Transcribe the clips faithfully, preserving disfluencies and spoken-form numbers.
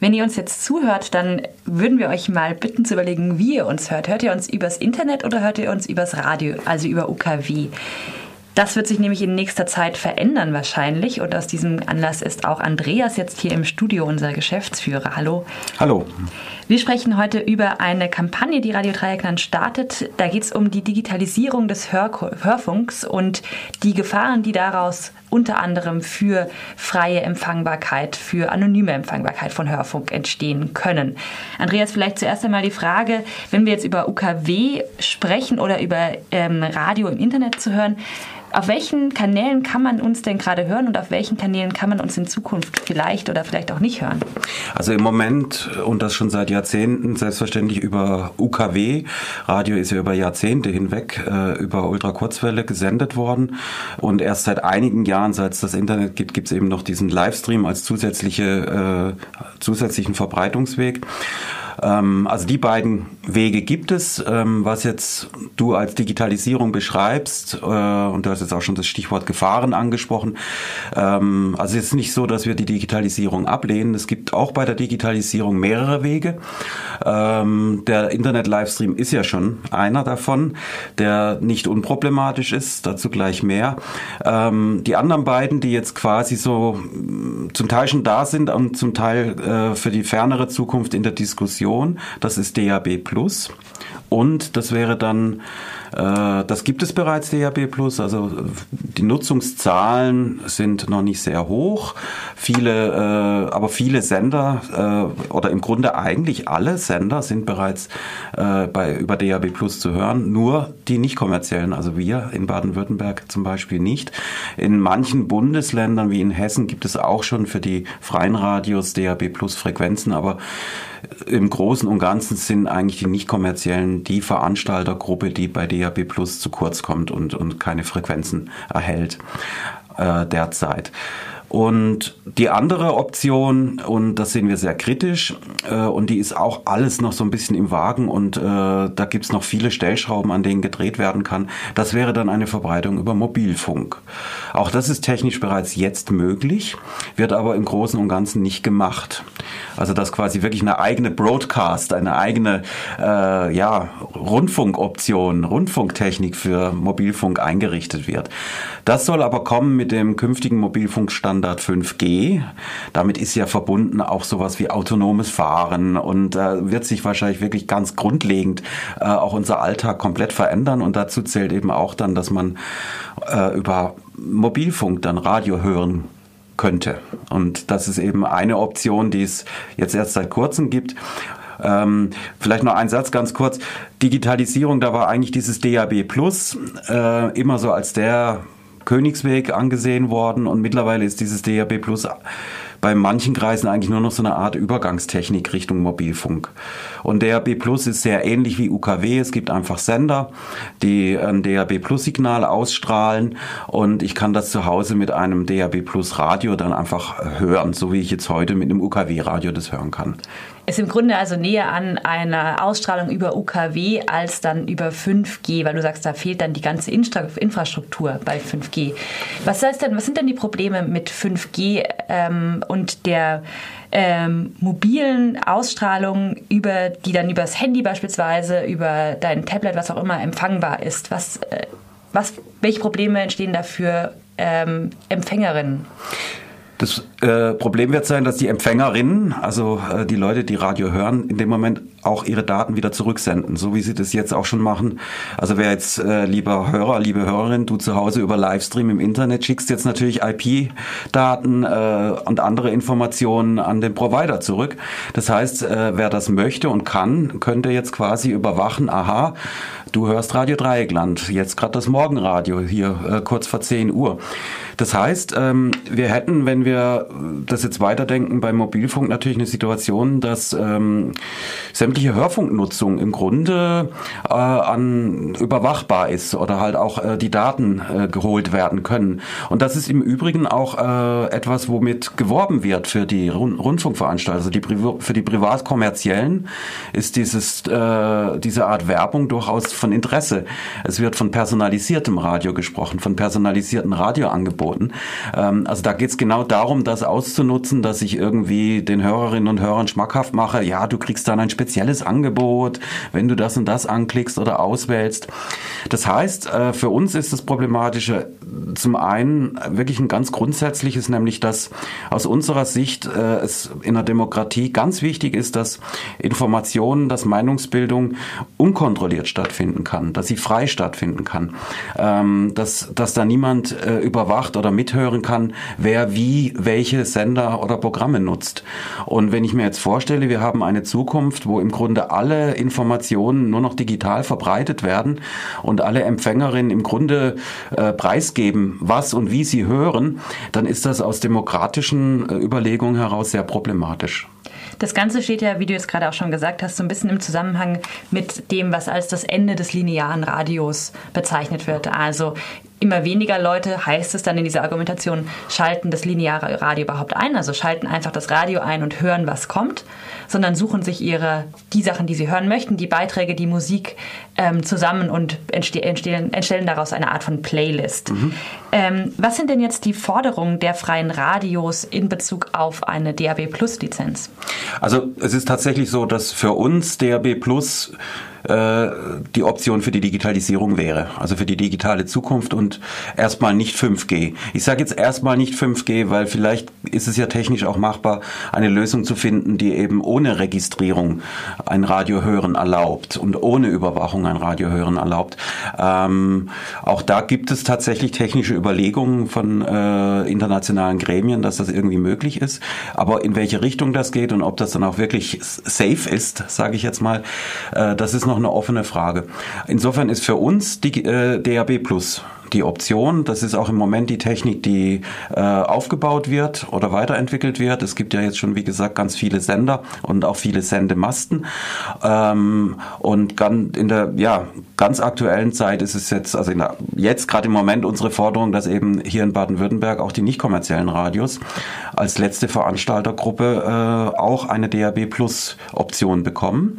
Wenn ihr uns jetzt zuhört, dann würden wir euch mal bitten zu überlegen, wie ihr uns hört. Hört ihr uns übers Internet oder hört ihr uns übers Radio, also über U K W? Das wird sich nämlich in nächster Zeit verändern wahrscheinlich. Und aus diesem Anlass ist auch Andreas jetzt hier im Studio, unser Geschäftsführer. Hallo. Hallo. Wir sprechen heute über eine Kampagne, die Radio Dreieckland startet. Da geht es um die Digitalisierung des Hör- Hörfunks und die Gefahren, die daraus unter anderem für freie Empfangbarkeit, für anonyme Empfangbarkeit von Hörfunk entstehen können. Andreas, vielleicht zuerst einmal die Frage, wenn wir jetzt über U K W sprechen oder über ähm, Radio im Internet zu hören, auf welchen Kanälen kann man uns denn gerade hören und auf welchen Kanälen kann man uns in Zukunft vielleicht oder vielleicht auch nicht hören? Also im Moment, und das schon seit Jahrzehnten, selbstverständlich über U K W. Radio ist ja über Jahrzehnte hinweg äh, über Ultrakurzwelle gesendet worden. Und erst seit einigen Jahren, seit es das Internet gibt, gibt es eben noch diesen Livestream als zusätzliche, äh, zusätzlichen Verbreitungsweg. Also die beiden Wege gibt es. Was jetzt du als Digitalisierung beschreibst, und du hast jetzt auch schon das Stichwort Gefahren angesprochen, also es ist nicht so, dass wir die Digitalisierung ablehnen. Es gibt auch bei der Digitalisierung mehrere Wege. Der Internet-Livestream ist ja schon einer davon, der nicht unproblematisch ist, dazu gleich mehr. Die anderen beiden, die jetzt quasi so zum Teil schon da sind und zum Teil für die fernere Zukunft in der Diskussion, das ist D A B plus, und das wäre dann, äh, das gibt es bereits, D A B plus, also die Nutzungszahlen sind noch nicht sehr hoch, viele, äh, aber viele Sender äh, oder im Grunde eigentlich alle Sender sind bereits äh, bei, über D A B plus zu hören, nur die nicht kommerziellen, also wir in Baden-Württemberg zum Beispiel nicht. In manchen Bundesländern wie in Hessen gibt es auch schon für die freien Radios D A B plus Frequenzen, aber im Großen und Ganzen sind eigentlich die nicht kommerziellen die Veranstaltergruppe, die bei D A B plus zu kurz kommt und, und keine Frequenzen erhält äh, derzeit. Und die andere Option, und das sehen wir sehr kritisch, äh, und die ist auch alles noch so ein bisschen im Wagen und äh, da gibt's noch viele Stellschrauben, an denen gedreht werden kann, das wäre dann eine Verbreitung über Mobilfunk. Auch das ist technisch bereits jetzt möglich, wird aber im Großen und Ganzen nicht gemacht. Also dass quasi wirklich eine eigene Broadcast, eine eigene äh, ja, Rundfunkoption, Rundfunktechnik für Mobilfunk eingerichtet wird. Das soll aber kommen mit dem künftigen Mobilfunkstandard fünf G. Damit ist ja verbunden auch sowas wie autonomes Fahren und äh, wird sich wahrscheinlich wirklich ganz grundlegend äh, auch unser Alltag komplett verändern. Und dazu zählt eben auch dann, dass man äh, über Mobilfunk dann Radio hören könnte. Und das ist eben eine Option, die es jetzt erst seit kurzem gibt. Ähm, vielleicht noch ein Satz ganz kurz. Digitalisierung, da war eigentlich dieses D A B plus äh, immer so als der Königsweg angesehen worden und mittlerweile ist dieses D A B plus bei manchen Kreisen eigentlich nur noch so eine Art Übergangstechnik Richtung Mobilfunk. Und D A B plus ist sehr ähnlich wie U K W. Es gibt einfach Sender, die ein D A B plus Signal ausstrahlen und ich kann das zu Hause mit einem D A B plus Radio dann einfach hören, so wie ich jetzt heute mit einem U K W Radio das hören kann. Ist im Grunde also näher an einer Ausstrahlung über U K W als dann über fünf G, weil du sagst, da fehlt dann die ganze Infrastruktur bei fünf G. Was heißt denn, was sind denn die Probleme mit fünf G ähm, und der ähm, mobilen Ausstrahlung, über die dann übers Handy beispielsweise, über dein Tablet, was auch immer, empfangbar ist? Was, äh, was, welche Probleme entstehen da für ähm, Empfängerinnen? Das äh, Problem wird sein, dass die Empfängerinnen, also äh, die Leute, die Radio hören, in dem Moment auch ihre Daten wieder zurücksenden, so wie sie das jetzt auch schon machen. Also wer jetzt, äh, lieber Hörer, liebe Hörerin, du zu Hause über Livestream im Internet schickst jetzt natürlich I P-Daten äh, und andere Informationen an den Provider zurück. Das heißt, äh, wer das möchte und kann, könnte jetzt quasi überwachen, aha, du hörst Radio Dreieckland, jetzt gerade das Morgenradio hier äh, kurz vor zehn Uhr. Das heißt, ähm, wir hätten, wenn wir das jetzt weiterdenken, beim Mobilfunk natürlich eine Situation, dass ähm, sämtliche Hörfunknutzung im Grunde äh, an überwachbar ist oder halt auch äh, die Daten äh, geholt werden können. Und das ist im Übrigen auch äh, etwas, womit geworben wird für die Rund- Rundfunkveranstalter. Also die Pri- für die Privatkommerziellen ist dieses äh, diese Art Werbung durchaus von Interesse. Es wird von personalisiertem Radio gesprochen, von personalisierten Radioangeboten. Ähm, also da geht es genau darum, dass das auszunutzen, dass ich irgendwie den Hörerinnen und Hörern schmackhaft mache, ja, du kriegst dann ein spezielles Angebot, wenn du das und das anklickst oder auswählst. Das heißt, für uns ist das Problematische zum einen wirklich ein ganz grundsätzliches, nämlich dass aus unserer Sicht es in der Demokratie ganz wichtig ist, dass Informationen, dass Meinungsbildung unkontrolliert stattfinden kann, dass sie frei stattfinden kann, dass, dass da niemand überwacht oder mithören kann, wer wie welche Sender oder Programme nutzt. Und wenn ich mir jetzt vorstelle, wir haben eine Zukunft, wo im Grunde alle Informationen nur noch digital verbreitet werden und alle Empfängerinnen im Grunde äh, preisgeben, was und wie sie hören, dann ist das aus demokratischen äh, Überlegungen heraus sehr problematisch. Das Ganze steht ja, wie du jetzt gerade auch schon gesagt hast, so ein bisschen im Zusammenhang mit dem, was als das Ende des linearen Radios bezeichnet wird. Also immer weniger Leute, heißt es dann in dieser Argumentation, schalten das lineare Radio überhaupt ein, also schalten einfach das Radio ein und hören, was kommt, sondern suchen sich ihre die Sachen, die sie hören möchten, die Beiträge, die Musik ähm, zusammen und entste- entstehen, entstellen daraus eine Art von Playlist. Mhm. Ähm, was sind denn jetzt die Forderungen der freien Radios in Bezug auf eine D A B Plus Lizenz? Also es ist tatsächlich so, dass für uns D A B Plus die Option für die Digitalisierung wäre, also für die digitale Zukunft und erstmal nicht fünf G. Ich sage jetzt erstmal nicht fünf G, weil vielleicht ist es ja technisch auch machbar, eine Lösung zu finden, die eben ohne Registrierung ein Radiohören erlaubt und ohne Überwachung ein Radiohören erlaubt. Ähm, auch da gibt es tatsächlich technische Überlegungen von äh, internationalen Gremien, dass das irgendwie möglich ist. Aber in welche Richtung das geht und ob das dann auch wirklich safe ist, sage ich jetzt mal, äh, das ist noch eine offene Frage. Insofern ist für uns die äh, D A B Plus die Option. Das ist auch im Moment die Technik, die äh, aufgebaut wird oder weiterentwickelt wird. Es gibt ja jetzt schon, wie gesagt, ganz viele Sender und auch viele Sendemasten. Ähm, und ganz in der ja, ganz aktuellen Zeit ist es jetzt, also in der, jetzt gerade im Moment unsere Forderung, dass eben hier in Baden-Württemberg auch die nicht kommerziellen Radios als letzte Veranstaltergruppe äh, auch eine D A B Plus Option bekommen.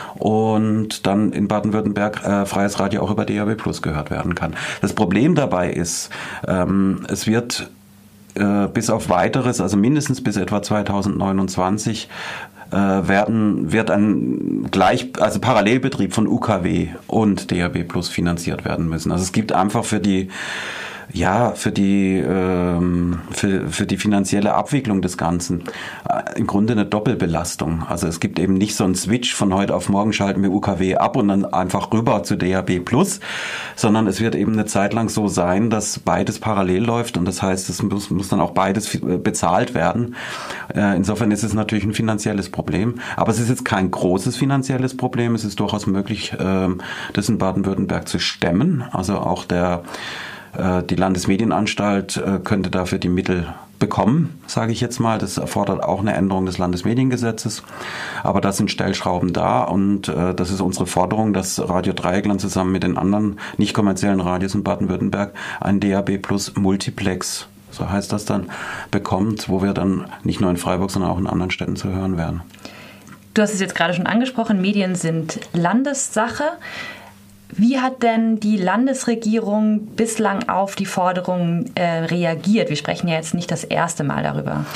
Und dann in Baden-Württemberg äh, freies Radio auch über D A B Plus gehört werden kann. Das Problem dabei ist, ähm, es wird äh, bis auf weiteres, also mindestens bis etwa zweitausendneunundzwanzig, äh, werden, wird ein gleich, also Parallelbetrieb von U K W und D A B Plus finanziert werden müssen. Also es gibt einfach für die Ja, für die ähm, für, für die finanzielle Abwicklung des Ganzen äh, im Grunde eine Doppelbelastung. Also es gibt eben nicht so einen Switch, von heute auf morgen schalten wir U K W ab und dann einfach rüber zu D A B Plus, sondern es wird eben eine Zeit lang so sein, dass beides parallel läuft und das heißt, es muss, muss dann auch beides bezahlt werden. Äh, insofern ist es natürlich ein finanzielles Problem, aber es ist jetzt kein großes finanzielles Problem. Es ist durchaus möglich, äh, das in Baden-Württemberg zu stemmen. Also auch der Die Landesmedienanstalt könnte dafür die Mittel bekommen, sage ich jetzt mal. Das erfordert auch eine Änderung des Landesmediengesetzes. Aber da sind Stellschrauben da und äh, das ist unsere Forderung, dass Radio Dreieckland zusammen mit den anderen nicht kommerziellen Radios in Baden-Württemberg ein D A B Plus Multiplex, so heißt das dann, bekommt, wo wir dann nicht nur in Freiburg, sondern auch in anderen Städten zu hören werden. Du hast es jetzt gerade schon angesprochen, Medien sind Landessache. Wie hat denn die Landesregierung bislang auf die Forderungen äh, reagiert? Wir sprechen ja jetzt nicht das erste Mal darüber.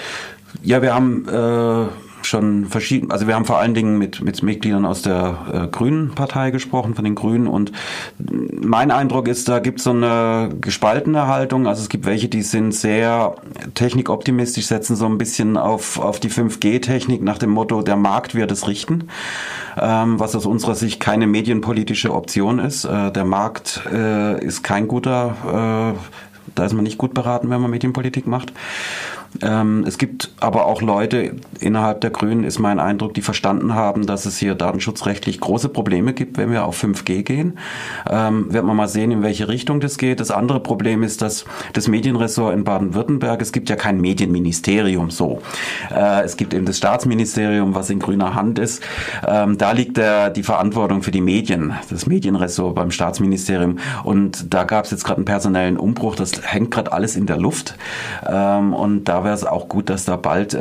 Ja, wir haben äh, schon verschieden, also wir haben vor allen Dingen mit, mit Mitgliedern aus der äh, Grünen Partei gesprochen, von den Grünen, und mein Eindruck ist, da gibt es so eine gespaltene Haltung. Also es gibt welche, die sind sehr technikoptimistisch, setzen so ein bisschen auf, auf die fünf G Technik nach dem Motto, der Markt wird es richten, ähm, was aus unserer Sicht keine medienpolitische Option ist. Äh, der Markt äh, ist kein guter, äh, da ist man nicht gut beraten, wenn man Medienpolitik macht. Ähm, es gibt aber auch Leute innerhalb der Grünen, ist mein Eindruck, die verstanden haben, dass es hier datenschutzrechtlich große Probleme gibt, wenn wir auf fünf G gehen. Ähm, wird man mal sehen, in welche Richtung das geht. Das andere Problem ist, dass das Medienressort in Baden-Württemberg, es gibt ja kein Medienministerium so. Äh, es gibt eben das Staatsministerium, was in grüner Hand ist. Ähm, da liegt der, die Verantwortung für die Medien, das Medienressort beim Staatsministerium. Und da gab es jetzt gerade einen personellen Umbruch. Das hängt gerade alles in der Luft. Ähm, und da wäre es auch gut, dass da bald äh,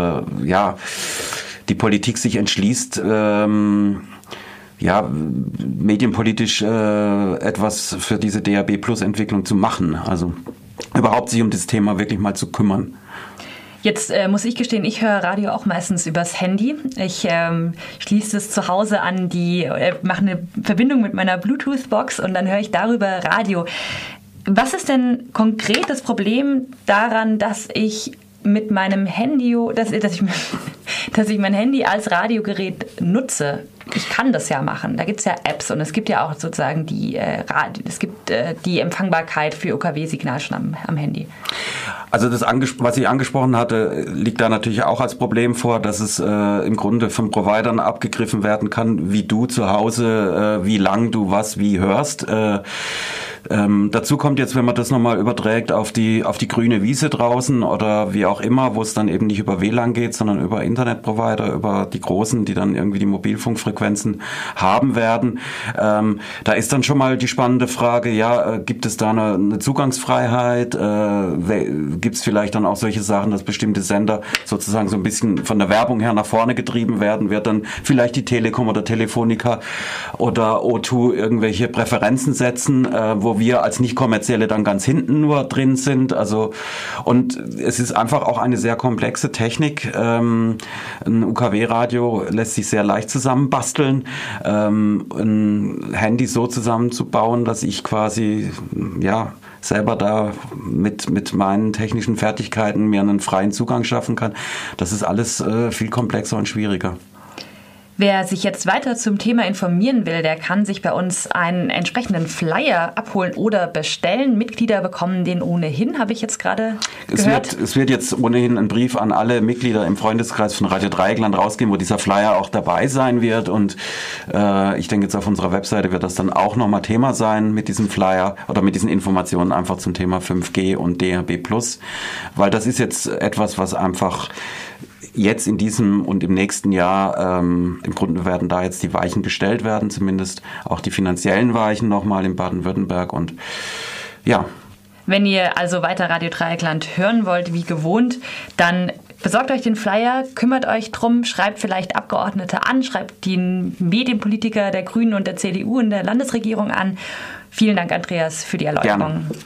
ja die Politik sich entschließt, ähm, ja medienpolitisch äh, etwas für diese D A B Plus Entwicklung zu machen. Also überhaupt sich um das Thema wirklich mal zu kümmern. Jetzt äh, muss ich gestehen, ich höre Radio auch meistens übers Handy. Ich ähm, schließe es zu Hause an die, äh, mache eine Verbindung mit meiner Bluetooth-Box und dann höre ich darüber Radio. Was ist denn konkret das Problem daran, dass ich mit meinem Handy, dass, dass, ich, dass ich mein Handy als Radiogerät nutze? Ich kann das ja machen. Da gibt es ja Apps und es gibt ja auch sozusagen die, äh, Radio, es gibt, äh, die Empfangbarkeit für U K W-Signal schon am, am Handy. Also das, was ich angesprochen hatte, liegt da natürlich auch als Problem vor, dass es äh, im Grunde von Providern abgegriffen werden kann, wie du zu Hause, äh, wie lang du was wie hörst. Äh, Ähm, dazu kommt jetzt, wenn man das nochmal überträgt auf die auf die grüne Wiese draußen oder wie auch immer, wo es dann eben nicht über W L A N geht, sondern über Internetprovider, über die Großen, die dann irgendwie die Mobilfunkfrequenzen haben werden. Ähm, da ist dann schon mal die spannende Frage, ja, äh, gibt es da eine, eine Zugangsfreiheit? Äh, gibt es vielleicht dann auch solche Sachen, dass bestimmte Sender sozusagen so ein bisschen von der Werbung her nach vorne getrieben werden? Wird dann vielleicht die Telekom oder Telefonica oder O zwei irgendwelche Präferenzen setzen, äh, wo wir als Nicht-Kommerzielle dann ganz hinten nur drin sind. Also, und es ist einfach auch eine sehr komplexe Technik. Ähm, ein U K W-Radio lässt sich sehr leicht zusammenbasteln. Ähm, ein Handy so zusammenzubauen, dass ich quasi, ja, selber da mit mit meinen technischen Fertigkeiten mir einen freien Zugang schaffen kann. Das ist alles äh, viel komplexer und schwieriger. Wer sich jetzt weiter zum Thema informieren will, der kann sich bei uns einen entsprechenden Flyer abholen oder bestellen. Mitglieder bekommen den ohnehin, habe ich jetzt gerade gehört. Es wird, es wird jetzt ohnehin ein Brief an alle Mitglieder im Freundeskreis von Radio Dreieckland rausgehen, wo dieser Flyer auch dabei sein wird. Und äh, ich denke, jetzt auf unserer Webseite wird das dann auch nochmal Thema sein mit diesem Flyer oder mit diesen Informationen einfach zum Thema fünf G und D A B plus. Weil das ist jetzt etwas, was einfach jetzt in diesem und im nächsten Jahr, ähm, im Grunde werden da jetzt die Weichen gestellt werden, zumindest auch die finanziellen Weichen nochmal in Baden-Württemberg und ja. Wenn ihr also weiter Radio Dreieckland hören wollt, wie gewohnt, dann besorgt euch den Flyer, kümmert euch drum, schreibt vielleicht Abgeordnete an, schreibt die Medienpolitiker der Grünen und der C D U in der Landesregierung an. Vielen Dank, Andreas, für die Erläuterung. Gerne.